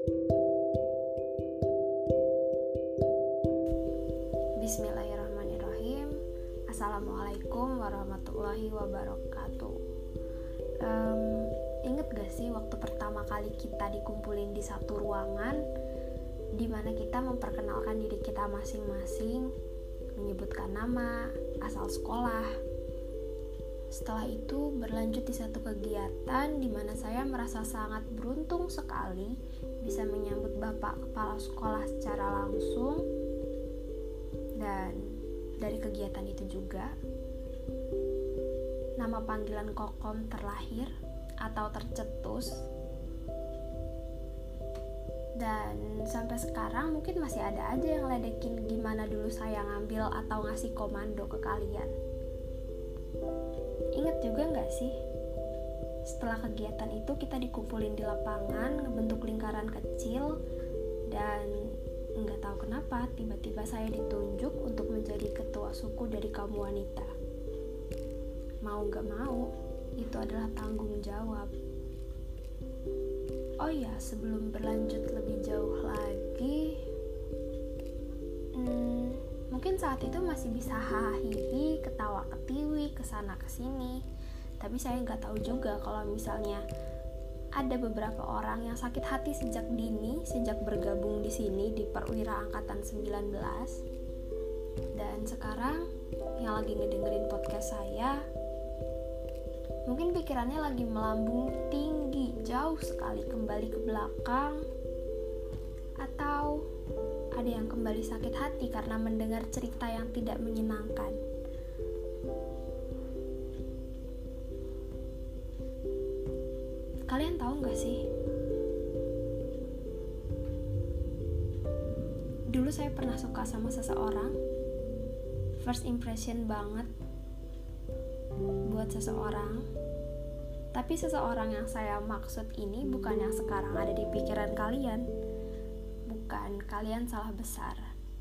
Bismillahirrahmanirrahim. Assalamualaikum warahmatullahi wabarakatuh. Ingat gak sih waktu pertama kali kita dikumpulin di satu ruangan, dimana kita memperkenalkan diri kita masing-masing, menyebutkan nama, asal sekolah. Setelah itu berlanjut di satu kegiatan di mana saya merasa sangat beruntung sekali bisa menyambut Bapak Kepala Sekolah secara langsung. Dan dari kegiatan itu juga nama panggilan Kokom terlahir atau tercetus. Dan sampai sekarang mungkin masih ada aja yang ledekin gimana dulu saya ngambil atau ngasih komando ke kalian. Ingat juga gak sih? Setelah kegiatan itu kita dikumpulin di lapangan, ngebentuk lingkaran kecil, dan nggak tahu kenapa tiba-tiba saya ditunjuk untuk menjadi ketua suku dari kaum wanita. Mau nggak mau, itu adalah tanggung jawab. Oh ya, sebelum berlanjut lebih jauh lagi, mungkin saat itu masih bisa hahihi, ketawa ketiwi, kesana kesini. Tapi saya nggak tahu juga kalau misalnya ada beberapa orang yang sakit hati sejak dini, sejak bergabung di sini di Perwira Angkatan 19. Dan sekarang yang lagi ngedengerin podcast saya, mungkin pikirannya lagi melambung tinggi, jauh sekali kembali ke belakang. Atau ada yang kembali sakit hati karena mendengar cerita yang tidak menyenangkan. Kalian tahu gak sih? Dulu saya pernah suka sama seseorang. First impression banget buat seseorang. Tapi seseorang yang saya maksud ini bukan yang sekarang ada di pikiran kalian. Bukan, kalian salah besar.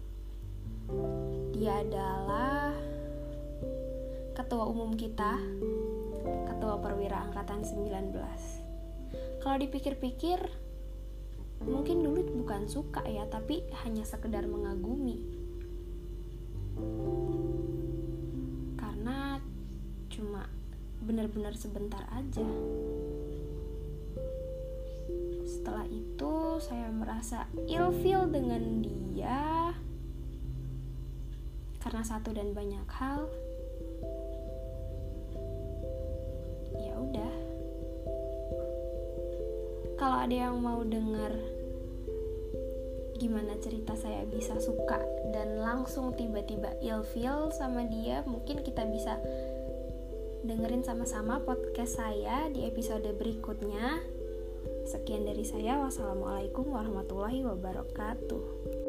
Dia adalah ketua umum kita, ketua Perwira Angkatan 19. Kalau dipikir-pikir, mungkin dulu bukan suka ya, tapi hanya sekedar mengagumi. Karena cuma benar-benar sebentar aja. Setelah itu saya merasa ilfeel dengan dia karena satu dan banyak hal. Ya udah. Kalau ada yang mau dengar gimana cerita saya bisa suka dan langsung tiba-tiba ilfeel sama dia, mungkin kita bisa dengerin sama-sama podcast saya di episode berikutnya. Sekian dari saya. Wassalamualaikum warahmatullahi wabarakatuh.